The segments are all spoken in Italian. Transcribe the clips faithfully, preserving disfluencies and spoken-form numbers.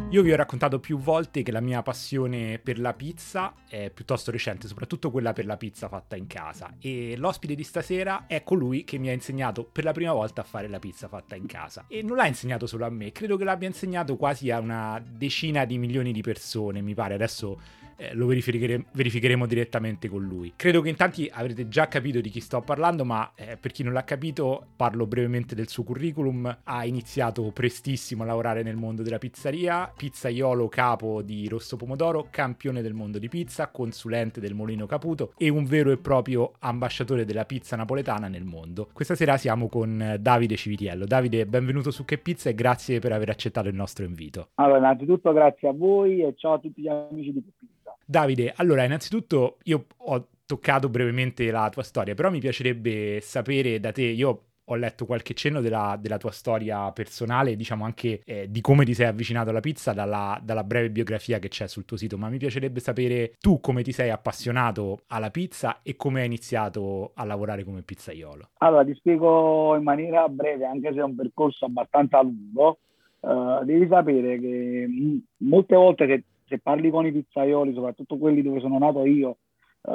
Io vi ho raccontato più volte che la mia passione per la pizza è piuttosto recente, soprattutto quella per la pizza fatta in casa, e l'ospite di stasera è colui che mi ha insegnato per la prima volta a fare la pizza fatta in casa. E non l'ha insegnato solo a me, credo che l'abbia insegnato quasi a una decina di milioni di persone, mi pare. Adesso eh, lo verifichere- verificheremo direttamente con lui. Credo che in tanti avrete già capito di chi sto parlando, ma eh, per chi non l'ha capito parlo brevemente del suo curriculum. Ha iniziato prestissimo a lavorare nel mondo della pizzeria, pizzaiolo capo di Rosso Pomodoro, campione del mondo di pizza, consulente del Molino Caputo e un vero e proprio ambasciatore della pizza napoletana nel mondo. Questa sera siamo con Davide Civitiello. Davide, benvenuto su Che Pizza e grazie per aver accettato il nostro invito. Allora, innanzitutto grazie a voi e ciao a tutti gli amici di Che Pizza. Davide, allora, innanzitutto io ho toccato brevemente la tua storia, però mi piacerebbe sapere da te, io ho letto qualche cenno della, della tua storia personale, diciamo anche eh, di come ti sei avvicinato alla pizza dalla, dalla breve biografia che c'è sul tuo sito, ma mi piacerebbe sapere tu come ti sei appassionato alla pizza e come hai iniziato a lavorare come pizzaiolo. Allora, ti spiego in maniera breve, anche se è un percorso abbastanza lungo. Eh, devi sapere che m- molte volte che se parli con i pizzaioli, soprattutto quelli dove sono nato io, eh,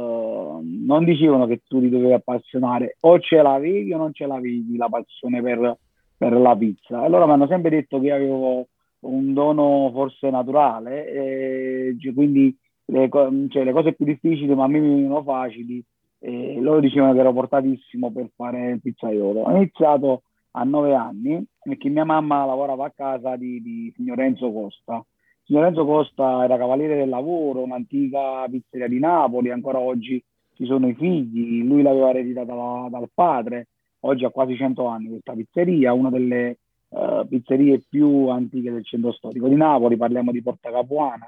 non dicevano che tu ti dovevi appassionare, o ce l'avevi o non ce l'avevi la passione per, per la pizza. Allora mi hanno sempre detto che io avevo un dono forse naturale, e cioè, quindi le, co- cioè, le cose più difficili, ma a me mi venivano facili, e loro dicevano che ero portatissimo per fare il pizzaiolo. Ho iniziato a nove anni perché mia mamma lavorava a casa di, di signor Renzo Costa. Signor Renzo Costa era cavaliere del lavoro, un'antica pizzeria di Napoli, ancora oggi ci sono i figli, lui l'aveva ereditata da- dal padre, oggi ha quasi cento anni questa pizzeria, una delle eh, pizzerie più antiche del centro storico di Napoli, parliamo di Porta Capuana,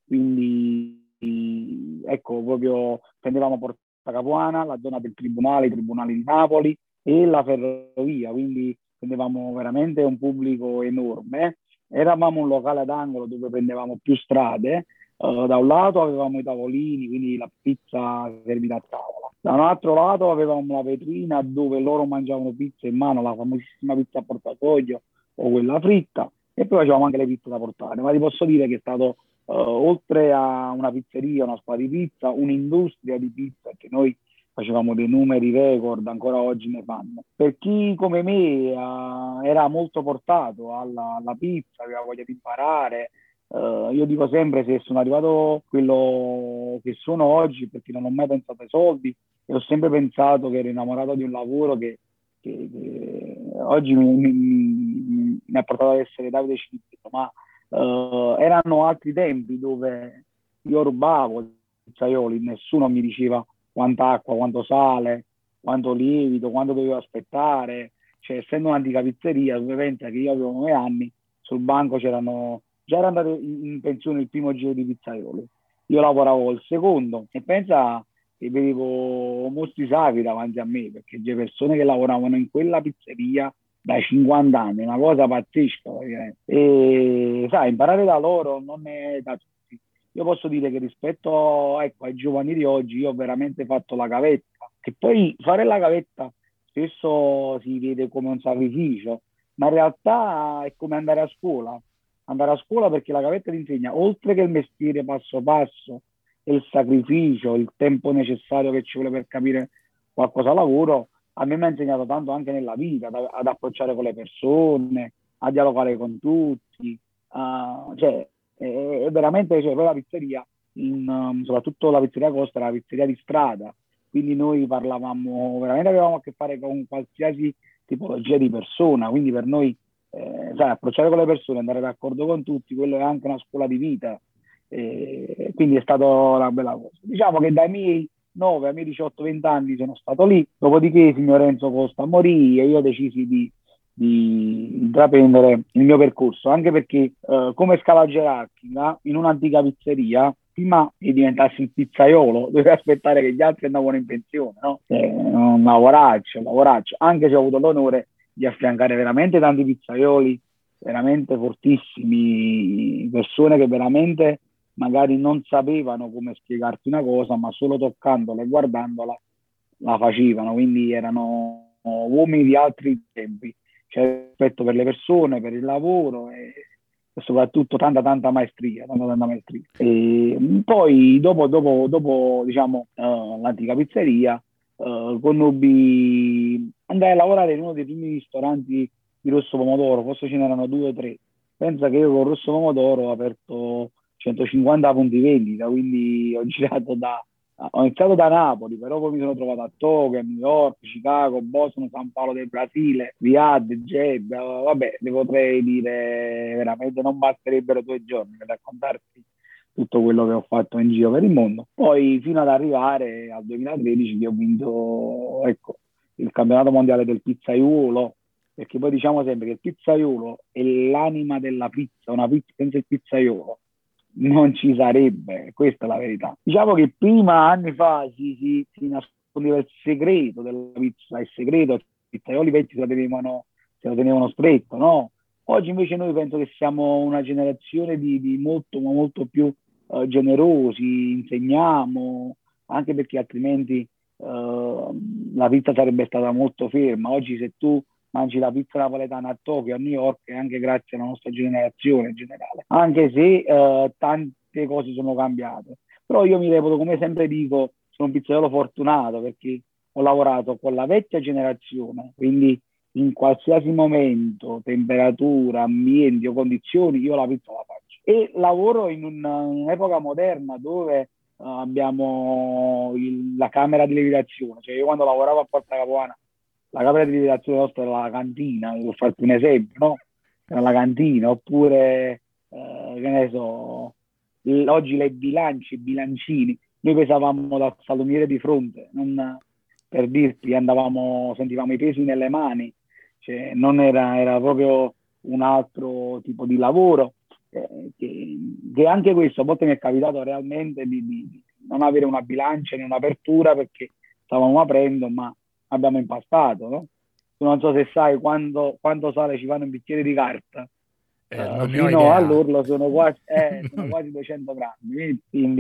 quindi ecco, proprio prendevamo Porta Capuana, la zona del tribunale, i tribunali di Napoli e la ferrovia, quindi prendevamo veramente un pubblico enorme. Eravamo un locale ad angolo dove prendevamo più strade. Uh, da un lato avevamo i tavolini, quindi la pizza servita a tavola. Da un altro lato avevamo la vetrina dove loro mangiavano pizza in mano, la famosissima pizza a portafoglio o quella fritta, e poi facevamo anche le pizze da portare. Ma ti posso dire che è stato, uh, oltre a una pizzeria, una scuola di pizza, un'industria di pizza che noi facevamo dei numeri record, ancora oggi ne fanno. Per chi come me uh, era molto portato alla, alla pizza, aveva voglia di imparare, uh, io dico sempre, se sono arrivato quello che sono oggi, perché non ho mai pensato ai soldi e ho sempre pensato che ero innamorato di un lavoro che, che, che oggi mi, mi, mi, ha portato ad essere Davide Civitto, ma uh, erano altri tempi dove io rubavo i pizzaioli, nessuno mi diceva quanta acqua, quanto sale, quanto lievito, quanto dovevo aspettare. Cioè, essendo un'antica pizzeria, ovviamente che io avevo nove anni, sul banco c'erano, già era andato in pensione il primo giro di pizzaioli. Io lavoravo il secondo e pensa che vedevo mostri sacri davanti a me, perché c'è persone che lavoravano in quella pizzeria dai cinquanta anni, una cosa pazzesca. E sai, imparare da loro non è da tutti. Io posso dire che rispetto, ecco, ai giovani di oggi, io ho veramente fatto la gavetta, che poi fare la gavetta spesso si vede come un sacrificio, ma in realtà è come andare a scuola. Andare a scuola perché la gavetta ti insegna, oltre che il mestiere passo passo, e il sacrificio, il tempo necessario che ci vuole per capire qualcosa a lavoro, a me mi ha insegnato tanto anche nella vita, ad, ad approcciare con le persone, a dialogare con tutti, uh, cioè è veramente, cioè, poi la pizzeria, in, um, soprattutto la pizzeria Costa, era la pizzeria di strada, quindi noi parlavamo, veramente avevamo a che fare con qualsiasi tipologia di persona, quindi per noi, eh, sai, approcciare con le persone, andare d'accordo con tutti, quello è anche una scuola di vita, e quindi è stata una bella cosa. Diciamo che dai miei nove ai miei diciotto venti anni sono stato lì, dopodiché il signor Renzo Costa morì e io decisi di di intraprendere il mio percorso, anche perché eh, come scala gerarchica in un'antica pizzeria, prima di diventarsi il pizzaiolo dovevi aspettare che gli altri andavano in pensione, no? Eh, un lavoraccio, un lavoraccio, anche se ho avuto l'onore di affiancare veramente tanti pizzaioli, veramente fortissimi, persone che veramente magari non sapevano come spiegarti una cosa, ma solo toccandola e guardandola la facevano, quindi erano uomini di altri tempi, c'è rispetto per le persone, per il lavoro, e soprattutto tanta tanta maestria, tanta tanta maestria. E poi dopo, dopo, dopo diciamo, uh, l'antica pizzeria, uh, conobbi, andai a lavorare in uno dei primi ristoranti di Rosso Pomodoro, forse ce n'erano due o tre. Pensa che io con Rosso Pomodoro ho aperto centocinquanta punti vendita, quindi ho girato da, ho iniziato da Napoli, però poi mi sono trovato a Tokyo, a New York, Chicago, Boston, San Paolo del Brasile, Riyadh, Jeddah, vabbè, ne potrei dire veramente, non basterebbero due giorni per raccontarti tutto quello che ho fatto in giro per il mondo. Poi fino ad arrivare al duemilatredici che ho vinto, ecco, il campionato mondiale del pizzaiolo, perché poi diciamo sempre che il pizzaiolo è l'anima della pizza, una pizza senza il pizzaiolo non ci sarebbe, questa è la verità. Diciamo che prima, anni fa, si, si, si nascondeva il segreto della pizza, il segreto, i pizzaioli vecchi se lo tenevano, se lo tenevano stretto, no? Oggi invece noi penso che siamo una generazione di, di molto, molto più uh, generosi, insegniamo, anche perché altrimenti uh, la pizza sarebbe stata molto ferma. Oggi se tu mangi la pizza napoletana a Tokyo, a New York, e anche grazie alla nostra generazione in generale, anche se uh, tante cose sono cambiate. Però io mi reputo, come sempre dico, sono un pizzaiolo fortunato perché ho lavorato con la vecchia generazione, quindi in qualsiasi momento, temperatura, ambienti o condizioni, io la pizza la faccio. E lavoro in, un, in un'epoca moderna dove uh, abbiamo il, la camera di lievitazione. Cioè io quando lavoravo a Porta Capuana, la camera di lievitazione nostra era la cantina, per farti un esempio, no? Era la cantina, oppure, uh, che ne so, l- oggi le bilanci, i bilancini. Noi pesavamo dal salumiere di fronte, non, per dirti, andavamo, sentivamo i pesi nelle mani. Cioè, non era, era proprio un altro tipo di lavoro, eh, che, che anche questo a volte mi è capitato realmente di, di non avere una bilancia né un'apertura perché stavamo aprendo, ma abbiamo impastato, no? Tu non so se sai quando, quanto sale ci fanno un bicchiere di carta, Eh, uh, non ne ho fino idea. all'orlo sono quasi, eh, sono quasi duecento grammi,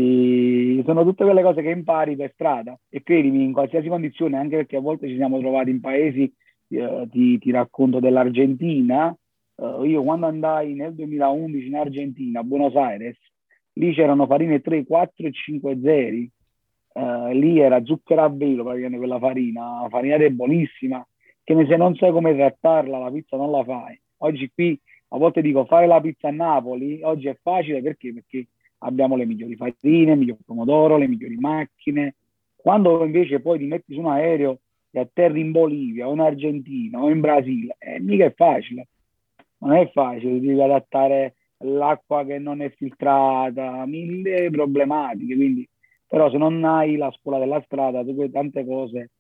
quindi sono tutte quelle cose che impari per strada e credimi, in qualsiasi condizione, anche perché a volte ci siamo trovati in paesi, eh, ti, ti racconto dell'Argentina, uh, io quando andai nel duemilaundici in Argentina, a Buenos Aires, lì c'erano farine tre, quattro e cinque zeri, uh, lì era zucchero a velo praticamente quella farina, farina debolissima, che se non sai come trattarla la pizza non la fai. Oggi qui a volte dico fare la pizza a Napoli, oggi è facile perché? Perché abbiamo le migliori farine, il miglior pomodoro, le migliori macchine. Quando invece poi ti metti su un aereo e atterri in Bolivia o in Argentina o in Brasile, eh, mica è facile. Non è facile, ti devi adattare l'acqua che non è filtrata, mille problematiche. Quindi, però se non hai la scuola della strada, tu puoi tante cose,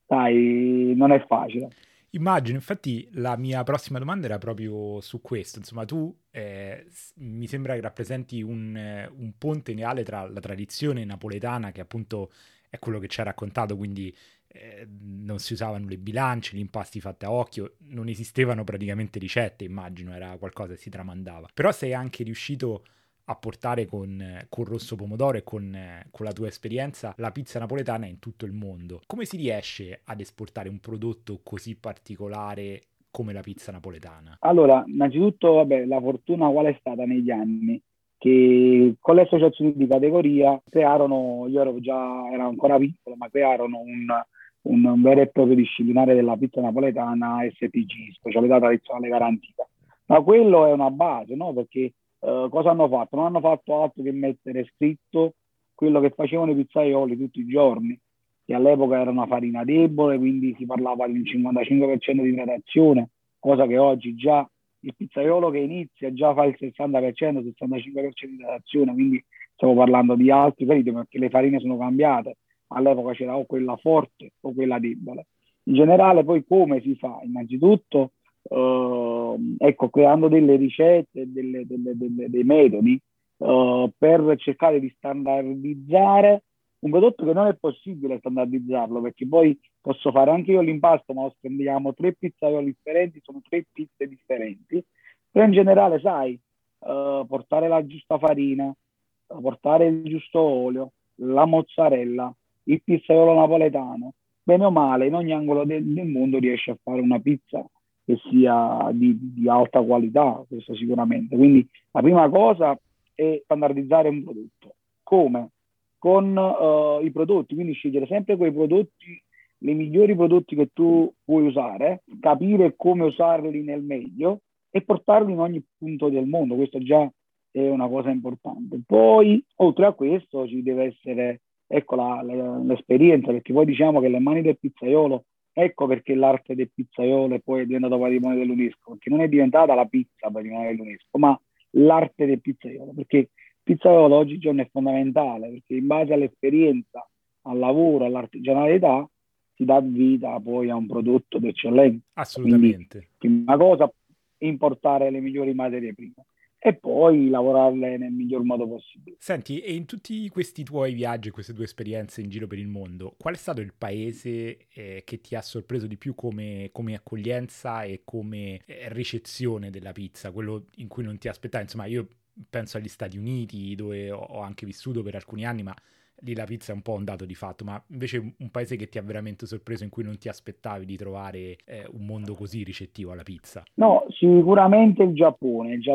sai, non è facile. Immagino, infatti la mia prossima domanda era proprio su questo, insomma tu eh, s- mi sembra che rappresenti un, eh, un ponte ideale tra la tradizione napoletana, che appunto è quello che ci ha raccontato, quindi eh, non si usavano le bilance, gli impasti fatti a occhio, non esistevano praticamente ricette, immagino, era qualcosa che si tramandava. Però sei anche riuscito a portare con, eh, con Rosso Pomodoro e con, eh, con la tua esperienza la pizza napoletana in tutto il mondo. Come si riesce ad esportare un prodotto così particolare come la pizza napoletana? Allora, innanzitutto, vabbè, la fortuna qual è stata negli anni? Che con le associazioni di categoria crearono, io ero già, ero ancora piccolo, ma crearono un, un vero e proprio disciplinare della pizza napoletana S T G, specialità tradizionale garantita. Ma quello è una base, no? Perché eh, cosa hanno fatto? Non hanno fatto altro che mettere scritto quello che facevano i pizzaioli tutti i giorni, che all'epoca era una farina debole, quindi si parlava di un cinquantacinque per cento di idratazione, cosa che oggi già il pizzaiolo che inizia già fa il sessanta per cento, sessantacinque per cento di idratazione, quindi stiamo parlando di altri crediti perché le farine sono cambiate. All'epoca c'era o quella forte o quella debole. In generale poi come si fa? Innanzitutto, eh, ecco, creando delle ricette, delle, delle, delle, dei metodi eh, per cercare di standardizzare un prodotto che non è possibile standardizzarlo, perché poi posso fare anche io l'impasto, ma spendiamo tre pizzaioli differenti, sono tre pizze differenti, però in generale, sai, eh, portare la giusta farina, portare il giusto olio, la mozzarella, il pizzaiolo napoletano, bene o male, in ogni angolo del, del mondo riesce a fare una pizza che sia di, di alta qualità, questo sicuramente. Quindi la prima cosa è standardizzare un prodotto. Come? Con uh, i prodotti, quindi scegliere sempre quei prodotti, i migliori prodotti che tu puoi usare, capire come usarli nel meglio e portarli in ogni punto del mondo. Questo già è una cosa importante. Poi, oltre a questo, ci deve essere, ecco, la, la, l'esperienza, perché poi diciamo che le mani del pizzaiolo, ecco perché l'arte del pizzaiolo è poi diventata patrimonio dell'UNESCO, perché non è diventata la pizza patrimonio dell'UNESCO, ma l'arte del pizzaiolo, perché il pizzaiolo oggigiorno è fondamentale, perché in base all'esperienza, al lavoro, all'artigianalità, si dà vita poi a un prodotto d'eccellenza. Assolutamente. Quindi, prima cosa, importare le migliori materie prime e poi lavorarle nel miglior modo possibile. Senti, e in tutti questi tuoi viaggi, queste tue esperienze in giro per il mondo, qual è stato il paese eh, che ti ha sorpreso di più come, come accoglienza e come eh, ricezione della pizza, quello in cui non ti aspettavi? Insomma, io penso agli Stati Uniti, dove ho, ho anche vissuto per alcuni anni, ma lì la pizza è un po' un dato di fatto, ma invece un paese che ti ha veramente sorpreso, in cui non ti aspettavi di trovare eh, un mondo così ricettivo alla pizza? No, sicuramente il Giappone. Il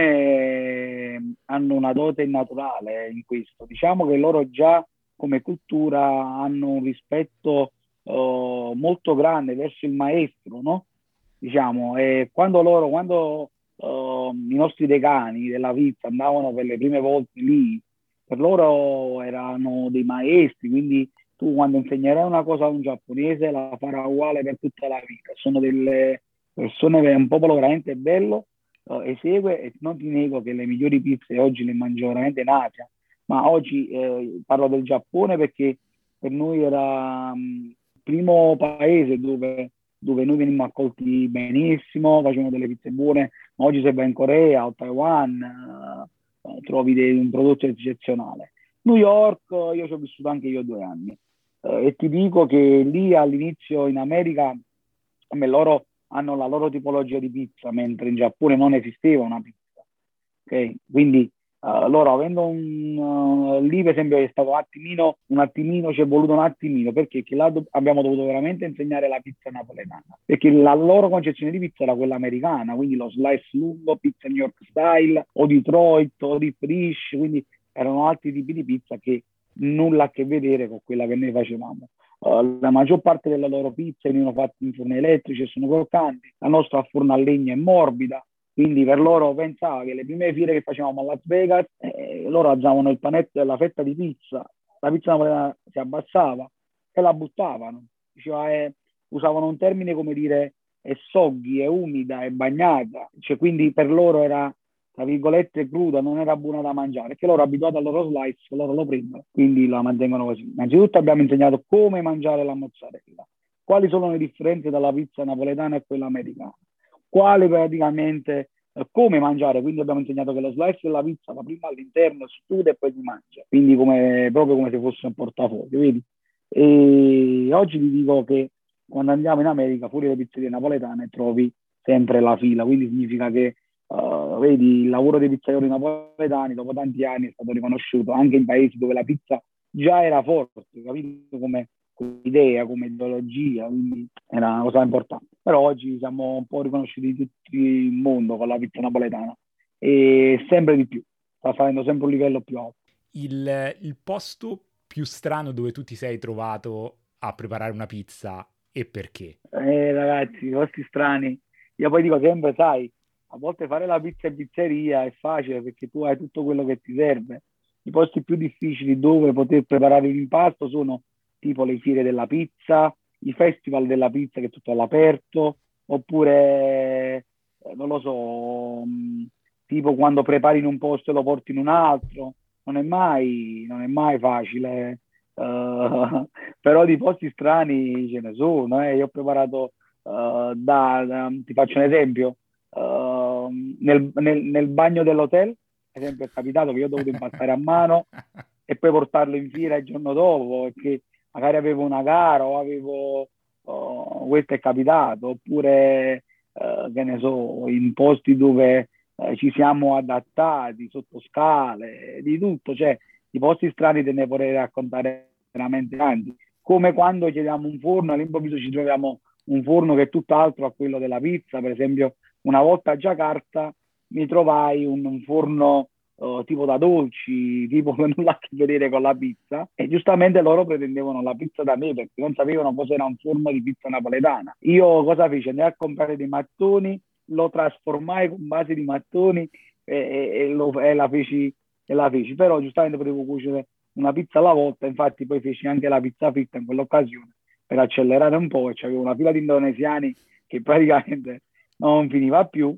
Giappone hanno una dote naturale in questo. Diciamo che loro già come cultura hanno un rispetto uh, molto grande verso il maestro, no? Diciamo, e quando loro, quando uh, i nostri decani della pizza andavano per le prime volte lì, per loro erano dei maestri, quindi tu quando insegnerai una cosa a un giapponese la farà uguale per tutta la vita. Sono delle persone, è un popolo veramente bello, uh, esegue, e non ti nego che le migliori pizze oggi le mangio veramente in Asia, ma oggi eh, parlo del Giappone perché per noi era um, il primo paese dove, dove noi venimmo accolti benissimo, facevano delle pizze buone, ma oggi se vai in Corea o Taiwan uh, trovi dei, un prodotto eccezionale. New York, io ci ho vissuto anche io due anni uh, e ti dico che lì all'inizio in America, come loro hanno la loro tipologia di pizza, mentre in Giappone non esisteva una pizza. Okay? Quindi uh, loro avendo un... Uh, lì per esempio è stato un attimino, un attimino, ci è voluto un attimino, perché che là do- abbiamo dovuto veramente insegnare la pizza napoletana, perché la loro concezione di pizza era quella americana, quindi lo slice lungo, pizza New York style, o Detroit, o deep dish, quindi erano altri tipi di pizza che nulla a che vedere con quella che noi facevamo. Uh, la maggior parte delle loro pizze venivano fatte in forni elettrici e sono croccanti, la nostra a forno a legna è morbida, quindi per loro pensava che le prime fiere che facevamo a Las Vegas, eh, loro alzavano il panetto della fetta di pizza, la pizza napoletana si abbassava e la buttavano. Diceva, eh, usavano un termine come dire è soggy, è umida, è bagnata, cioè, quindi per loro era tra virgolette cruda, non era buona da mangiare, perché loro abituati al loro slice, loro lo prendono, quindi la mantengono così. Innanzitutto abbiamo insegnato come mangiare la mozzarella, quali sono le differenze dalla pizza napoletana e quella americana, quali praticamente, eh, come mangiare, quindi abbiamo insegnato che lo slice della pizza va prima all'interno, si chiude e poi si mangia, quindi come, proprio come se fosse un portafoglio, vedi? E oggi ti dico che quando andiamo in America, fuori le pizzerie napoletane, trovi sempre la fila, quindi significa che Uh, vedi, il lavoro dei pizzaioli napoletani dopo tanti anni è stato riconosciuto anche in paesi dove la pizza già era forte, capito? Come, come idea, come ideologia, quindi era una cosa importante. Però oggi siamo un po' riconosciuti in tutto il mondo con la pizza napoletana e sempre di più, sta salendo sempre un livello più alto. Il, il posto più strano dove tu ti sei trovato a preparare una pizza e perché? Eh, ragazzi, posti strani. Io poi dico sempre, sai, a volte fare la pizza in pizzeria è facile perché tu hai tutto quello che ti serve. I posti più difficili dove poter preparare l'impasto sono tipo le fiere della pizza, i festival della pizza che è tutto all'aperto, oppure, eh, non lo so, mh, tipo quando prepari in un posto e lo porti in un altro. Non è mai, non è mai facile. Uh, però di posti strani ce ne sono. Eh. Io ho preparato, uh, da, da, ti faccio un esempio. Uh, nel, nel, nel bagno dell'hotel, ad esempio, è capitato che io ho dovuto impastare a mano e poi portarlo in fiera il giorno dopo, perché magari avevo una gara o avevo, uh, questo è capitato, oppure, uh, che ne so, in posti dove uh, ci siamo adattati, sotto scale, di tutto, cioè, i posti strani te ne vorrei raccontare veramente tanti, come quando chiediamo un forno all'improvviso ci troviamo un forno che è tutt'altro a quello della pizza. Per esempio, una volta a Giacarta mi trovai un, un forno eh, tipo da dolci, tipo che nulla a che vedere con la pizza, e giustamente loro pretendevano la pizza da me perché non sapevano cosa era un forno di pizza napoletana. Io cosa feci? Andai a comprare dei mattoni, lo trasformai con base di mattoni e, e- e lo- e la feci, e la feci. Però giustamente potevo cuocere una pizza alla volta, infatti poi feci anche la pizza fritta in quell'occasione per accelerare un po', e c'avevo una fila di indonesiani che praticamente non finiva più.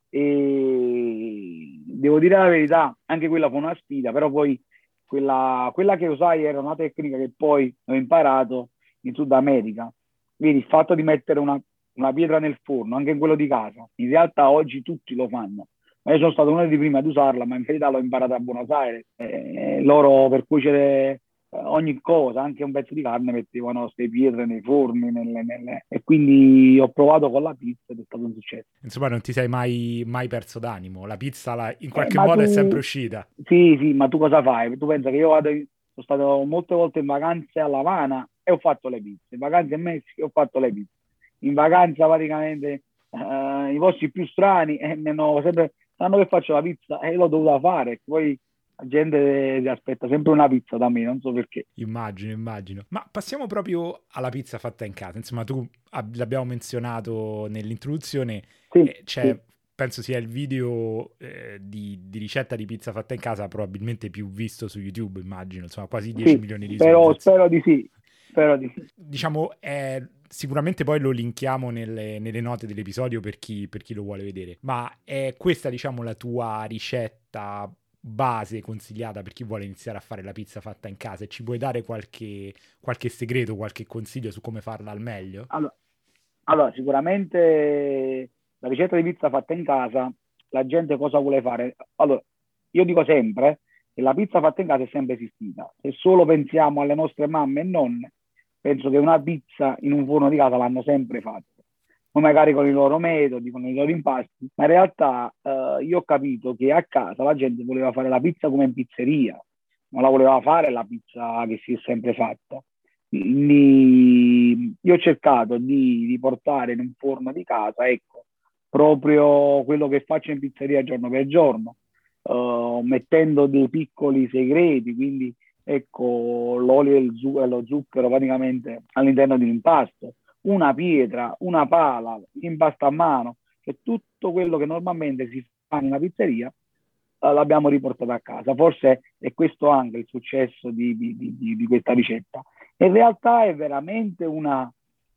E devo dire la verità, anche quella fu una sfida, però poi quella, quella che usai era una tecnica che poi ho imparato in Sud America. Quindi il fatto di mettere una, una pietra nel forno, anche in quello di casa, in realtà oggi tutti lo fanno. Ma io sono stato uno dei primi ad usarla, ma in verità l'ho imparata a Buenos Aires. Eh, loro per cuocere eh, ogni cosa, anche un pezzo di carne, mettevano queste pietre nei forni, nelle, nelle... e quindi ho provato con la pizza ed è stato un successo. Insomma, non ti sei mai, mai perso d'animo. La pizza la- in Eh, qualche ma modo è sempre tu, uscita. sì, sì, ma tu cosa fai? Tu pensa che io vado, sono stato molte volte in vacanze a La Habana e ho fatto le pizze, in vacanze in Messico e ho fatto le pizze, in vacanza praticamente eh, i posti più strani e mi hanno sempre, sanno che faccio la pizza e l'ho dovuta fare, poi la gente si aspetta sempre una pizza da me, non so perché. Immagino, immagino. Ma passiamo proprio alla pizza fatta in casa. Insomma, tu ab- l'abbiamo menzionato nell'introduzione, Sì, eh, c'è, sì, penso sia il video eh, di, di ricetta di pizza fatta in casa probabilmente più visto su YouTube, immagino, insomma, quasi dieci sì, milioni di spero, visualizzazioni. spero di sì, spero di sì. Diciamo, è, sicuramente poi lo linkiamo nelle, nelle note dell'episodio per chi, per chi lo vuole vedere, ma è questa, diciamo, la tua ricetta base consigliata per chi vuole iniziare a fare la pizza fatta in casa, e ci puoi dare qualche, qualche segreto, qualche consiglio su come farla al meglio? Allora, allora, sicuramente la ricetta di pizza fatta in casa, la gente cosa vuole fare? Allora, io dico sempre che la pizza fatta in casa è sempre esistita. Se solo pensiamo alle nostre mamme e nonne, penso che una pizza in un forno di casa l'hanno sempre fatta. O magari con i loro metodi, con i loro impasti, ma in realtà eh, io ho capito che a casa la gente voleva fare la pizza come in pizzeria, non la voleva fare la pizza che si è sempre fatta. Quindi io ho cercato di, di portare in un forno di casa, ecco, proprio quello che faccio in pizzeria giorno per giorno, eh, mettendo dei piccoli segreti, quindi ecco l'olio e, il zu- e lo zucchero praticamente all'interno di un impasto, una pietra, una pala, impasto a mano, che tutto quello che normalmente si fa in una pizzeria eh, l'abbiamo riportato a casa. Forse è questo anche il successo di, di, di, di questa ricetta. In realtà è veramente una,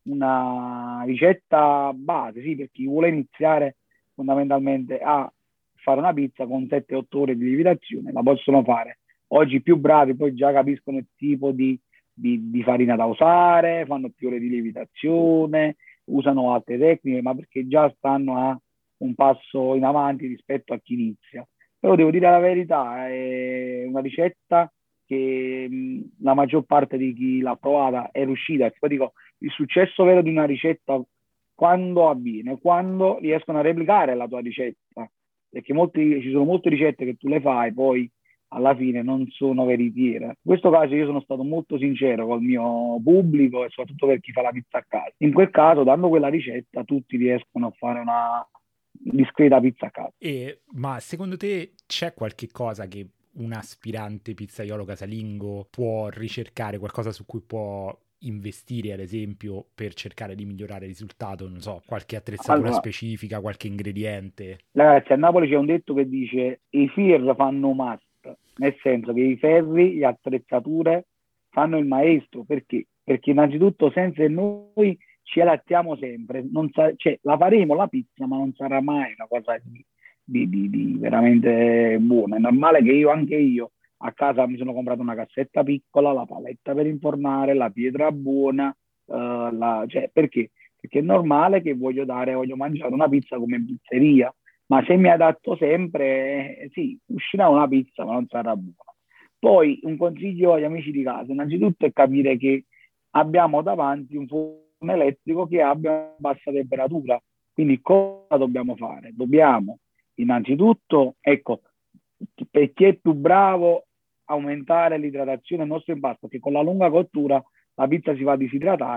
una ricetta base, sì, per chi vuole iniziare fondamentalmente a fare una pizza con sette otto ore di lievitazione, la possono fare. Oggi i più bravi poi già capiscono il tipo di, di, di farina da usare, fanno più ore di lievitazione, usano altre tecniche, ma perché già stanno a un passo in avanti rispetto a chi inizia. Però devo dire la verità, è una ricetta che mh, la maggior parte di chi l'ha provata è riuscita. E poi dico, il successo vero di una ricetta quando avviene, quando riescono a replicare la tua ricetta, perché molti, ci sono molte ricette che tu le fai, poi alla fine non sono veritiere. In questo caso io sono stato molto sincero col mio pubblico e soprattutto per chi fa la pizza a casa. In quel caso, dando quella ricetta, tutti riescono a fare una discreta pizza a casa. E, ma secondo te c'è qualche cosa che un aspirante pizzaiolo casalingo può ricercare, qualcosa su cui può investire, ad esempio, per cercare di migliorare il risultato? Non so, qualche attrezzatura Allora, specifica, qualche ingrediente? ragazzi, a Napoli c'è un detto che dice i F I R fanno un must, nel senso che i ferri, le attrezzature fanno il maestro. Perché? Perché innanzitutto senza noi ci adattiamo sempre, non sa- cioè, la faremo la pizza, ma non sarà mai una cosa di, di- di- di veramente buona. È normale che io, anche io, a casa mi sono comprato una cassetta piccola, la paletta per infornare, la pietra buona, eh, la- cioè, perché? Perché è normale che voglio dare, voglio mangiare una pizza come in pizzeria, ma se mi adatto sempre, eh, sì, uscirà una pizza, ma non sarà buona. Poi un consiglio agli amici di casa, innanzitutto è capire che abbiamo davanti un forno elettrico che abbia bassa temperatura. Quindi cosa dobbiamo fare? Dobbiamo innanzitutto, ecco, per chi è più bravo, aumentare l'idratazione del nostro impasto, che con la lunga cottura la pizza si va a disidratare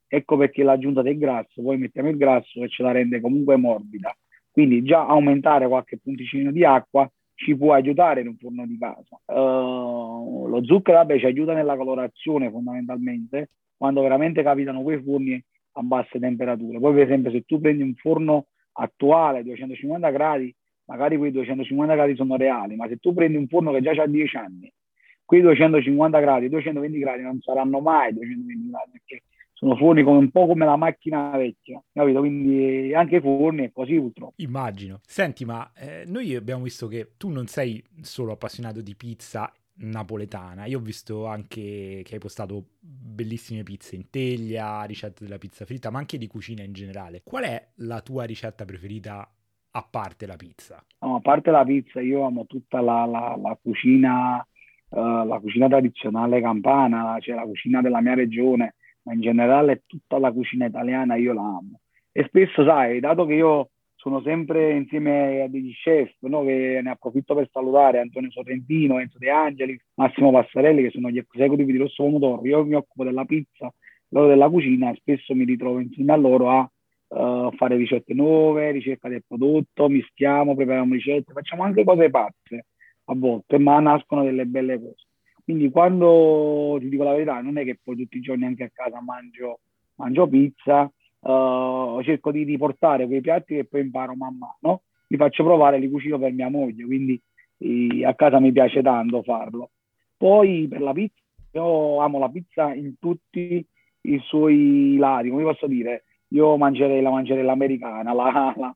ecco perché l'aggiunta del grasso, poi mettiamo il grasso e ce la rende comunque morbida. Quindi già aumentare qualche punticino di acqua ci può aiutare in un forno di casa. Uh, lo zucchero, vabbè, ci aiuta nella colorazione fondamentalmente, quando veramente capitano quei forni a basse temperature. Poi per esempio se tu prendi un forno attuale, duecentocinquanta gradi, magari quei duecentocinquanta gradi sono reali, ma se tu prendi un forno che già ha dieci anni, quei duecentocinquanta gradi, duecentoventi gradi non saranno mai duecentoventi gradi, perché sono forni come un po' come la macchina vecchia, capito? Quindi anche i forni è così purtroppo. Immagino. Senti, ma eh, noi abbiamo visto che tu non sei solo appassionato di pizza napoletana, io ho visto anche che hai postato bellissime pizze in teglia, ricette della pizza fritta, ma anche di cucina in generale. Qual è la tua ricetta preferita a parte la pizza? No, a parte la pizza, io amo tutta la, la, la cucina, uh, la cucina tradizionale campana, cioè la cucina della mia regione, ma in generale tutta la cucina italiana io la amo. E spesso, sai, dato che io sono sempre insieme a degli chef, no, che ne approfitto per salutare Antonio Sorrentino, Enzo De Angeli, Massimo Passarelli, che sono gli executive di Rosso Pomodoro, io mi occupo della pizza, loro della cucina, e spesso mi ritrovo insieme a loro a uh, fare ricette nuove, ricerca del prodotto, mischiamo, prepariamo ricette, facciamo anche cose pazze a volte, ma nascono delle belle cose. Quindi quando ti dico la verità, non è che poi tutti i giorni anche a casa mangio, mangio pizza, uh, cerco di riportare quei piatti che poi imparo man mano, li faccio provare, li cucino per mia moglie, quindi eh, a casa mi piace tanto farlo. Poi per la pizza, io amo la pizza in tutti i suoi lati, come posso dire, io mangerei la mangerei l'americana, la, la,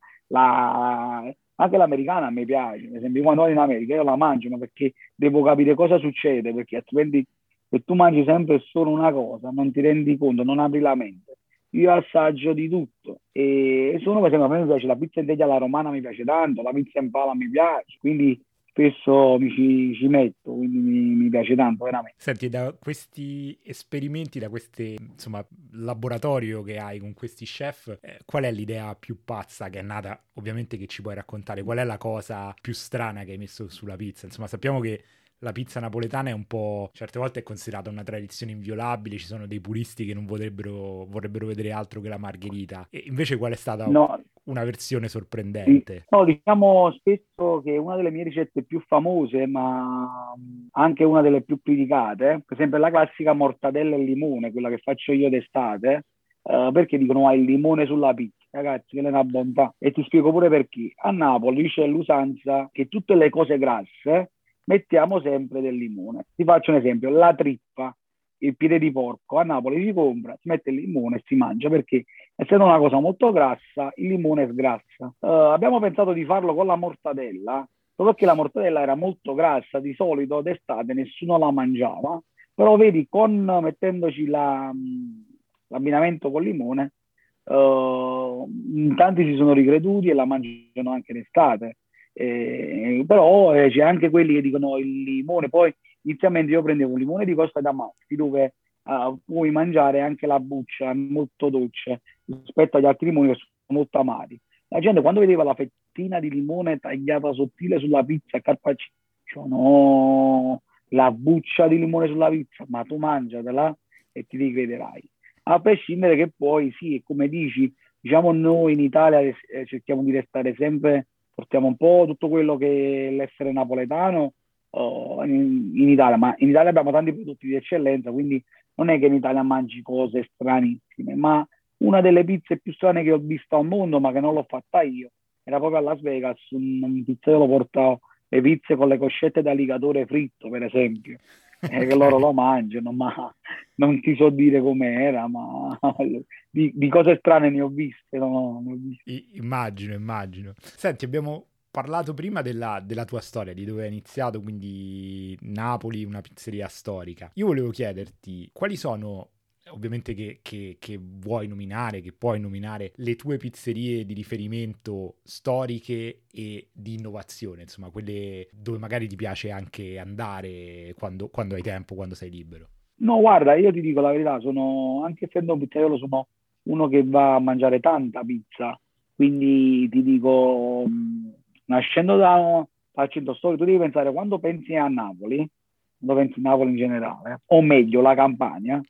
la, anche l'americana a me piace, per esempio quando vado in America io la mangio, ma perché devo capire cosa succede, perché altrimenti se tu mangi sempre solo una cosa non ti rendi conto, non apri la mente. Io assaggio di tutto e sono, per esempio, a me mi piace la pizza in teglia alla romana, mi piace tanto, la pizza in pala mi piace, quindi spesso mi ci, ci metto, quindi mi, mi piace tanto veramente. Senti, da questi esperimenti, da questi, insomma, laboratorio che hai con questi chef, eh, qual è l'idea più pazza che è nata, ovviamente che ci puoi raccontare? Qual è la cosa più strana che hai messo sulla pizza? Insomma, sappiamo che la pizza napoletana è un po', certe volte è considerata una tradizione inviolabile, ci sono dei puristi che non vorrebbero, vorrebbero vedere altro che la margherita. E invece qual è stata No, una versione sì. sorprendente? No, diciamo spesso che una delle mie ricette più famose, ma anche una delle più criticate, per esempio la classica mortadella e limone, quella che faccio io d'estate, eh, perché dicono hai il limone sulla pizza. Ragazzi, che è una bontà. E ti spiego pure perché. A Napoli c'è l'usanza che tutte le cose grasse mettiamo sempre del limone. Ti faccio un esempio, la trippa, il piede di porco, a Napoli si compra, si mette il limone e si mangia perché essendo una cosa molto grassa, il limone sgrassa. Uh, abbiamo pensato di farlo con la mortadella, solo che la mortadella era molto grassa, di solito d'estate nessuno la mangiava, però vedi, con mettendoci la, l'abbinamento con limone, uh, in tanti si sono ricreduti e la mangiano anche d'estate. Eh, però eh, c'è anche quelli che dicono il limone, poi inizialmente io prendevo un limone di Costa d'Amalfi dove uh, puoi mangiare anche la buccia, è molto dolce rispetto agli altri limoni che sono molto amari. La gente quando vedeva la fettina di limone tagliata sottile sulla pizza a carpaccio, no, la buccia di limone sulla pizza, ma tu mangiatela e ti ricrederai. A prescindere che poi sì, e come dici, diciamo noi in Italia eh, cerchiamo di restare sempre, portiamo un po' tutto quello che è l'essere napoletano uh, in, in Italia, ma in Italia abbiamo tanti prodotti di eccellenza, quindi non è che in Italia mangi cose stranissime, ma una delle pizze più strane che ho visto al mondo, ma che non l'ho fatta io, era proprio a Las Vegas, un, un pizzaiolo portava le pizze con le coscette d'alligatore fritto, per esempio, eh, che loro Ok. lo mangiano, ma non ti so dire com'era, ma di, di cose strane ne ho viste, no? Ne ho viste. I- immagino, immagino. Senti, abbiamo parlato prima della, della tua storia, di dove hai iniziato, quindi Napoli, una pizzeria storica. Io volevo chiederti quali sono, ovviamente che, che- che vuoi nominare, che puoi nominare, le tue pizzerie di riferimento storiche e di innovazione, insomma, quelle dove magari ti piace anche andare quando, quando hai tempo, quando sei libero. No, guarda, io ti dico la verità, sono, anche essendo un pizzaiolo, sono uno che va a mangiare tanta pizza, quindi ti dico, mh, nascendo da, dal centro storico, tu devi pensare, quando pensi a Napoli, quando pensi a Napoli in generale, o meglio la Campania,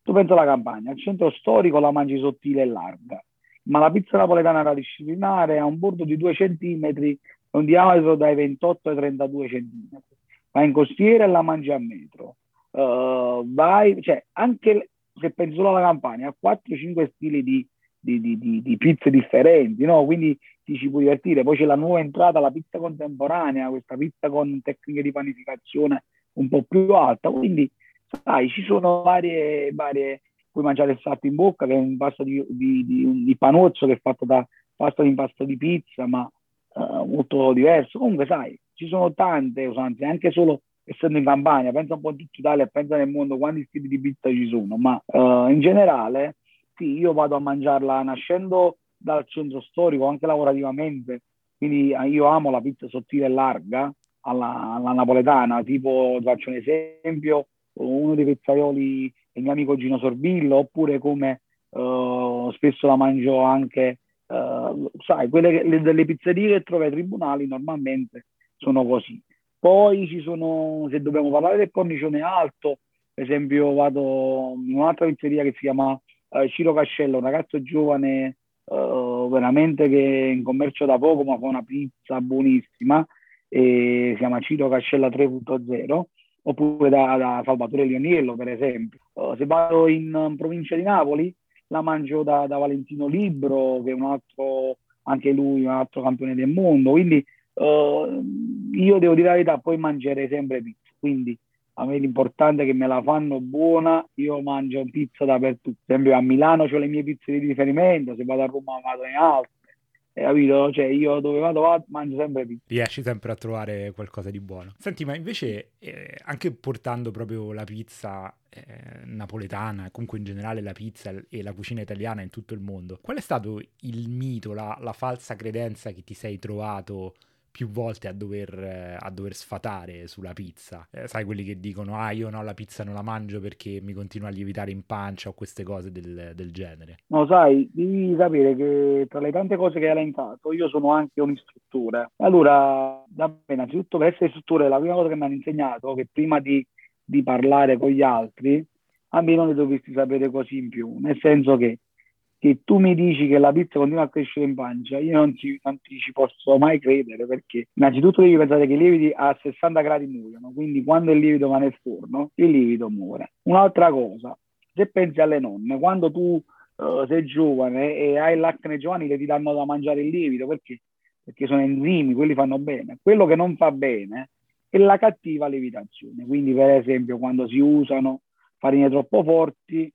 Tu pensa alla Campania, al centro storico la mangi sottile e larga, ma la pizza napoletana da disciplinare ha un bordo di due centimetri e un diametro dai ventotto ai trentadue centimetri. Vai in costiera e la mangi a metro. Uh, vai, cioè, anche se pensi solo alla Campania, ha quattro cinque stili di, di, di, di, di pizze differenti, no? Quindi ti ci puoi divertire. Poi c'è la nuova entrata, la pizza contemporanea, questa pizza con tecniche di panificazione un po' più alta. Quindi, sai, ci sono varie, varie puoi mangiare il salto in bocca, che è un pasto di, di, di, un, di panozzo che è fatto da pasta di impasto di pizza, ma uh, molto diverso. Comunque, sai, ci sono tante usanze, anche solo essendo in Campania, pensa un po' in tutta Italia, pensa nel mondo quanti tipi di pizza ci sono, ma uh, in generale, sì, io vado a mangiarla nascendo dal centro storico, anche lavorativamente, quindi uh, io amo la pizza sottile e larga, alla, alla napoletana, tipo, faccio un esempio, uno dei pizzaioli il mio amico Gino Sorbillo, oppure come uh, spesso la mangio anche, uh, sai, quelle che, le, delle pizzerie che trovi ai tribunali normalmente sono così. Poi ci sono, se dobbiamo parlare del cornicione alto, per esempio vado in un'altra pizzeria che si chiama uh, Ciro Cascella, un ragazzo giovane uh, veramente che è in commercio da poco, ma fa una pizza buonissima, e si chiama Ciro Cascella tre punto zero, oppure da, da Salvatore Lioniello, per esempio. Uh, se vado in um, provincia di Napoli, la mangio da, da Valentino Libro, che è un altro, anche lui, un altro campione del mondo. Quindi uh, io devo dire la verità, poi mangerei sempre pizza. Quindi a me l'importante è che me la fanno buona, io mangio pizza dappertutto. Per esempio a Milano ho le mie pizze di riferimento, se vado a Roma vado in altre. Hai capito? Cioè io dove vado, vado mangio sempre pizza. Riesci sempre a trovare qualcosa di buono. Senti, ma invece eh, anche portando proprio la pizza eh, napoletana, comunque in generale la pizza e la cucina italiana in tutto il mondo, qual è stato il mito, la, la falsa credenza che ti sei trovato più volte a dover, eh, a dover sfatare sulla pizza? Eh, sai, quelli che dicono, ah, io no, la pizza non la mangio perché mi continua a lievitare in pancia o queste cose del, del genere. No, sai, devi sapere che tra le tante cose che hai elencato, io sono anche un istruttore. Allora, vabbè, innanzitutto per essere istruttore, la prima cosa che mi hanno insegnato è che prima di, di parlare con gli altri, a me non ne dovresti sapere così in più. Nel senso che, che tu mi dici che la pizza continua a crescere in pancia, io non ti, non ti ci posso mai credere, perché innanzitutto devi pensare che i lieviti a sessanta gradi muoiono, quindi quando il lievito va nel forno, il lievito muore. Un'altra cosa, se pensi alle nonne, quando tu Uh, sei giovane e hai il latte giovanile, ti danno da mangiare il lievito perché? Perché sono enzimi, quelli fanno bene. Quello che non fa bene è la cattiva lievitazione. Quindi, per esempio, quando si usano farine troppo forti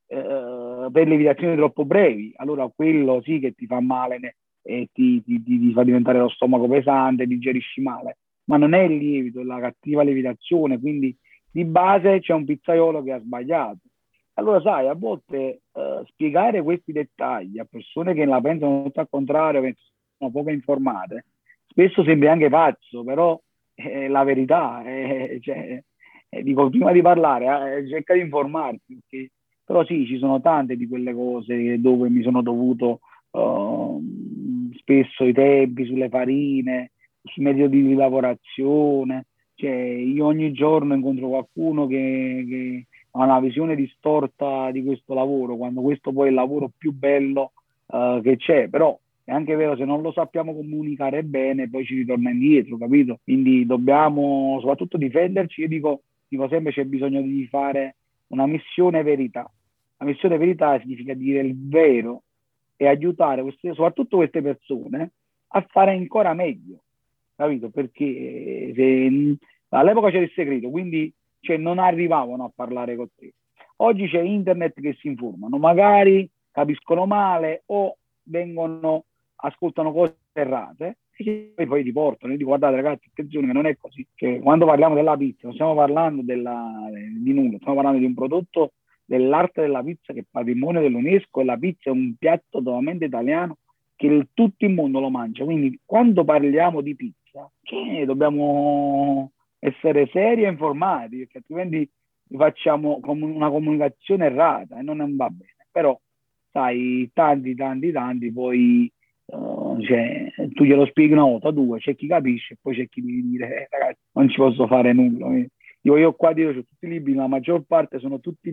uh, per lievitazioni troppo brevi, allora quello sì che ti fa male ne, e ti, ti, ti, ti fa diventare lo stomaco pesante, digerisci male. Ma non è il lievito, è la cattiva lievitazione. Quindi, di base c'è un pizzaiolo che ha sbagliato. Allora, sai, a volte uh, spiegare questi dettagli a persone che la pensano tutto al contrario, che sono poco informate, spesso sembra anche pazzo, però è la verità. È, cioè, è, dico, prima di parlare, eh, cerca di informarti. Perché, però sì, ci sono tante di quelle cose dove mi sono dovuto uh, spesso i tempi sulle farine, sui metodi di lavorazione. Cioè, io ogni giorno incontro qualcuno che... che ha una visione distorta di questo lavoro, quando questo poi è il lavoro più bello uh, che c'è, però è anche vero, se non lo sappiamo comunicare bene poi ci ritorna indietro, capito? Quindi dobbiamo soprattutto difenderci. Io dico, dico sempre c'è bisogno di fare una missione verità. La missione verità significa dire il vero e aiutare queste, soprattutto queste persone a fare ancora meglio, capito? Perché se, all'epoca c'era il segreto, quindi cioè non arrivavano a parlare con te. Oggi c'è internet che si informano, magari capiscono male o vengono, ascoltano cose errate e poi ti portano. Io dico, guardate ragazzi, attenzione che non è così. Cioè, quando parliamo della pizza non stiamo parlando della, di nulla, stiamo parlando di un prodotto dell'arte della pizza che è patrimonio dell'UNESCO, e la pizza è un piatto totalmente italiano che il, tutto il mondo lo mangia. Quindi quando parliamo di pizza, cioè, dobbiamo essere seri e informati, perché altrimenti facciamo una comunicazione errata e non va bene. Però, sai, tanti, tanti, tanti, poi uh, cioè, tu glielo spieghi una volta, due, c'è chi capisce e poi c'è chi devi dire, eh, ragazzi, non ci posso fare nulla. Io, io qua dico, ho tutti i libri, la maggior parte sono tutti di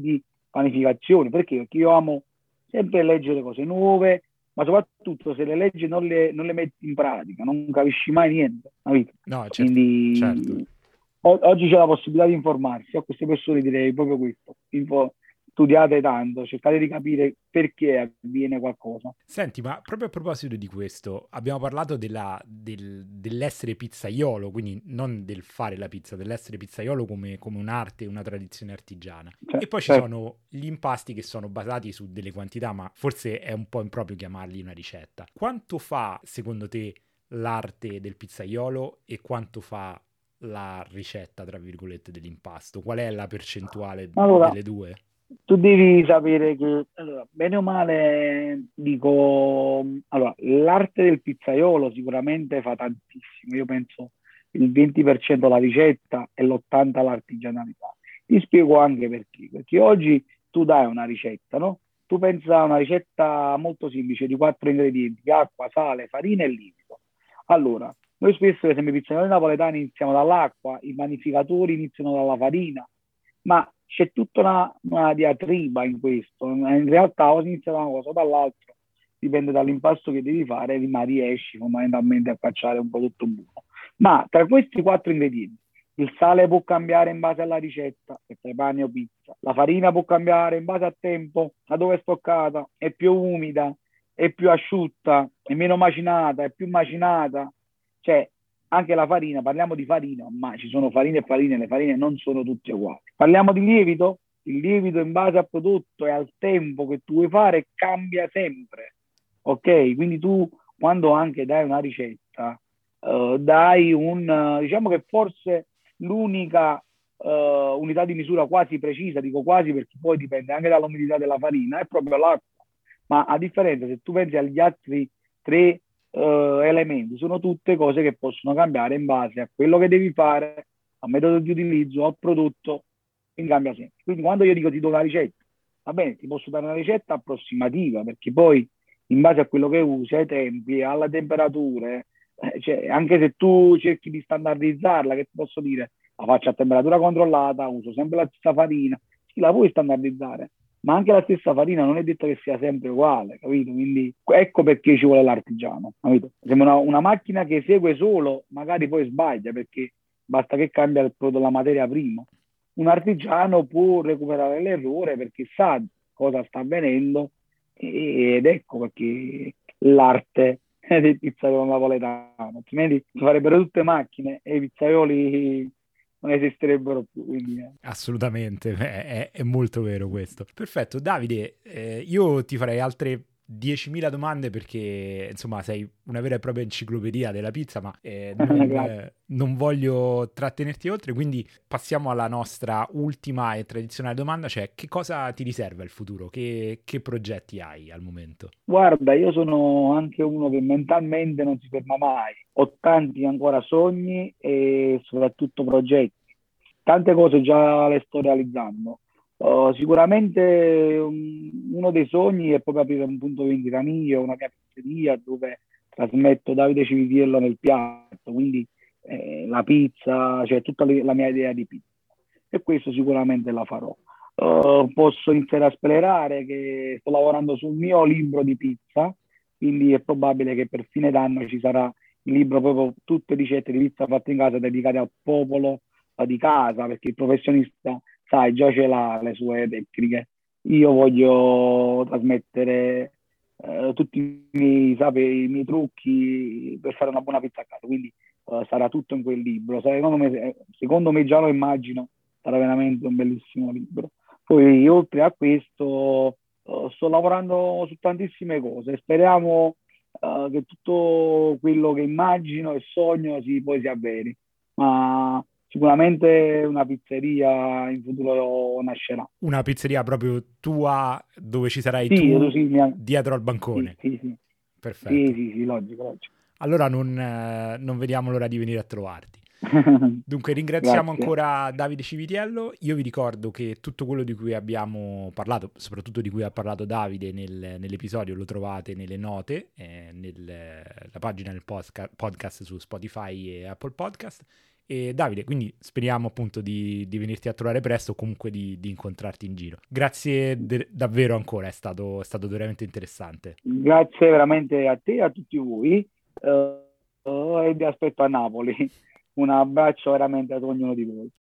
panificazioni. Perché? Perché io amo sempre leggere cose nuove, ma soprattutto se le leggi non le, non le metti in pratica, non capisci mai niente, capito? No, certo, certo. Quindi o- oggi c'è la possibilità di informarsi, a queste persone direi proprio questo: Info- studiate tanto, cercate di capire perché avviene qualcosa. Senti, ma proprio a proposito di questo, abbiamo parlato della- del- dell'essere pizzaiolo, quindi non del fare la pizza, dell'essere pizzaiolo come, come un'arte, una tradizione artigiana. Cioè, E poi ci certo. sono gli impasti che sono basati su delle quantità, ma forse è un po' improprio chiamarli una ricetta. Quanto fa, secondo te, l'arte del pizzaiolo e quanto fa la ricetta, tra virgolette, dell'impasto? Qual è la percentuale Allora, delle due? tu devi sapere che, allora, bene o male, dico, allora, l'arte del pizzaiolo sicuramente fa tantissimo. Io penso il venti per cento la ricetta e l'ottanta per cento l'artigianalità. Ti spiego anche perché. Perché oggi tu dai una ricetta, no? Tu pensa a una ricetta molto semplice di quattro ingredienti: acqua, sale, farina e lievito. Allora, noi spesso, per esempio, i pizzaioli napoletani iniziamo dall'acqua, i panificatori iniziano dalla farina, ma c'è tutta una, una diatriba in questo. In realtà o si inizia da una cosa o dall'altra, dipende dall'impasto che devi fare, ma riesci fondamentalmente a cacciare un prodotto buono. Ma tra questi quattro ingredienti, il sale può cambiare in base alla ricetta, se fai pane o pizza. La farina può cambiare in base al tempo, a dove è stoccata, è più umida, è più asciutta, è meno macinata, è più macinata. Cioè, anche la farina, parliamo di farina, ma ci sono farine e farine, le farine non sono tutte uguali. Parliamo di lievito, il lievito in base al prodotto e al tempo che tu vuoi fare cambia sempre, ok? Quindi tu, quando anche dai una ricetta, uh, dai un, uh, diciamo che forse l'unica uh, unità di misura quasi precisa, dico quasi perché poi dipende anche dall'umidità della farina, è proprio l'acqua. Ma a differenza, se tu pensi agli altri tre Uh, elementi, sono tutte cose che possono cambiare in base a quello che devi fare, al metodo di utilizzo, al prodotto, quindi cambia sempre. Quindi quando io dico ti do una ricetta, va bene, ti posso dare una ricetta approssimativa, perché poi in base a quello che usi, ai tempi, alle temperature, eh, cioè, anche se tu cerchi di standardizzarla, che ti posso dire, la faccio a temperatura controllata, uso sempre la stessa farina, sì, la puoi standardizzare, ma anche la stessa farina non è detto che sia sempre uguale, capito? Quindi ecco perché ci vuole l'artigiano, capito? Sembra una, una macchina che esegue solo, magari poi sbaglia, perché basta che cambia il prodotto, la materia prima. Un artigiano può recuperare l'errore perché sa cosa sta avvenendo, ed ecco perché l'arte del pizzaiolo napoletano, altrimenti si farebbero tutte macchine e i pizzaioli non esisterebbero più. Quindi, eh. Assolutamente, è, è- è molto vero questo. Perfetto, Davide, eh, io ti farei altre diecimila domande perché insomma sei una vera e propria enciclopedia della pizza, ma eh, non, eh, non voglio trattenerti oltre, quindi passiamo alla nostra ultima e tradizionale domanda, cioè che cosa ti riserva il futuro? Che, che progetti hai al momento? Guarda, io sono anche uno che mentalmente non si ferma mai. Ho tanti ancora sogni e soprattutto progetti. Tante cose già le sto realizzando. Uh, sicuramente um, uno dei sogni è proprio aprire un punto vendita mio, una mia pizzeria dove trasmetto Davide Civitiello nel piatto, quindi eh, la pizza, cioè tutta le- la mia idea di pizza. E questo sicuramente la farò. Uh, posso iniziare a spoilerare che sto lavorando sul mio libro di pizza, quindi è probabile che per fine d'anno ci sarà il libro proprio tutte ricette di pizza fatte in casa dedicate al popolo eh, di casa, perché il professionista, sai, già ce l'ha le sue tecniche. Io voglio trasmettere eh, tutti i miei, sape- i miei trucchi per fare una buona pizza a casa, quindi eh, sarà tutto in quel libro. Secondo me, secondo me già lo immagino, sarà veramente un bellissimo libro. Poi, oltre a questo, eh, sto lavorando su tantissime cose. Speriamo eh, che tutto quello che immagino e sogno si, poi si avveri. Ma sicuramente una pizzeria in futuro nascerà. Una pizzeria proprio tua dove ci sarai Sì, tu sì, mi ha- dietro al sì, bancone. sì, sì, sì, Perfetto. sì, sì, logico, logico. Allora non, eh, non vediamo l'ora di venire a trovarti. Dunque ringraziamo Grazie. ancora Davide Civitiello, io vi ricordo che tutto quello di cui abbiamo parlato, soprattutto di cui ha parlato Davide nel- nell'episodio, lo trovate nelle note, eh, nella pagina del posca- podcast su Spotify e Apple Podcast, E Davide, quindi speriamo appunto di, di venirti a trovare presto o comunque di, di incontrarti in giro. Grazie de- davvero ancora, è stato, è stato veramente interessante. Grazie veramente a te e a tutti voi, eh, e vi aspetto a Napoli. Un abbraccio veramente ad ognuno di voi.